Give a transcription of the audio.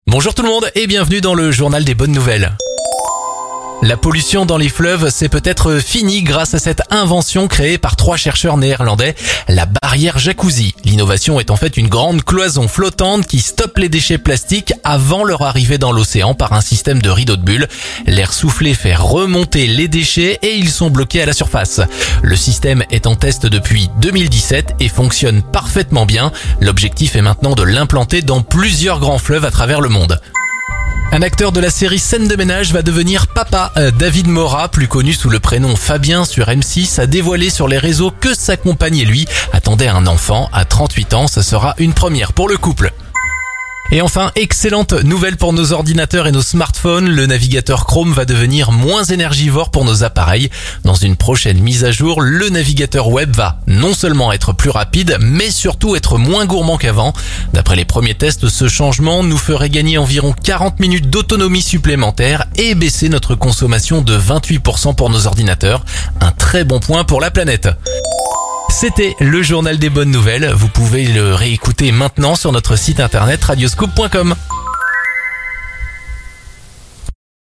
Bonjour tout le monde et bienvenue dans le journal des bonnes nouvelles. La pollution dans les fleuves, c'est peut-être fini grâce à cette invention créée par 3 chercheurs néerlandais, la barrière jacuzzi. L'innovation est en fait une grande cloison flottante qui stoppe les déchets plastiques avant leur arrivée dans l'océan par un système de rideau de bulles. L'air soufflé fait remonter les déchets et ils sont bloqués à la surface. Le système est en test depuis 2017 et fonctionne parfaitement bien. L'objectif est maintenant de l'implanter dans plusieurs grands fleuves à travers le monde. Un acteur de la série Scène de ménage va devenir papa. David Morat, plus connu sous le prénom Fabien sur M6, a dévoilé sur les réseaux que sa compagne et lui attendaient un enfant. À 38 ans, ce sera une première pour le couple. Et enfin, excellente nouvelle pour nos ordinateurs et nos smartphones, le navigateur Chrome va devenir moins énergivore pour nos appareils. Dans une prochaine mise à jour, le navigateur web va non seulement être plus rapide, mais surtout être moins gourmand qu'avant. D'après les premiers tests, ce changement nous ferait gagner environ 40 minutes d'autonomie supplémentaire et baisser notre consommation de 28% pour nos ordinateurs. Un très bon point pour la planète. C'était le journal des bonnes nouvelles. Vous pouvez le réécouter maintenant sur notre site internet radioscoop.com.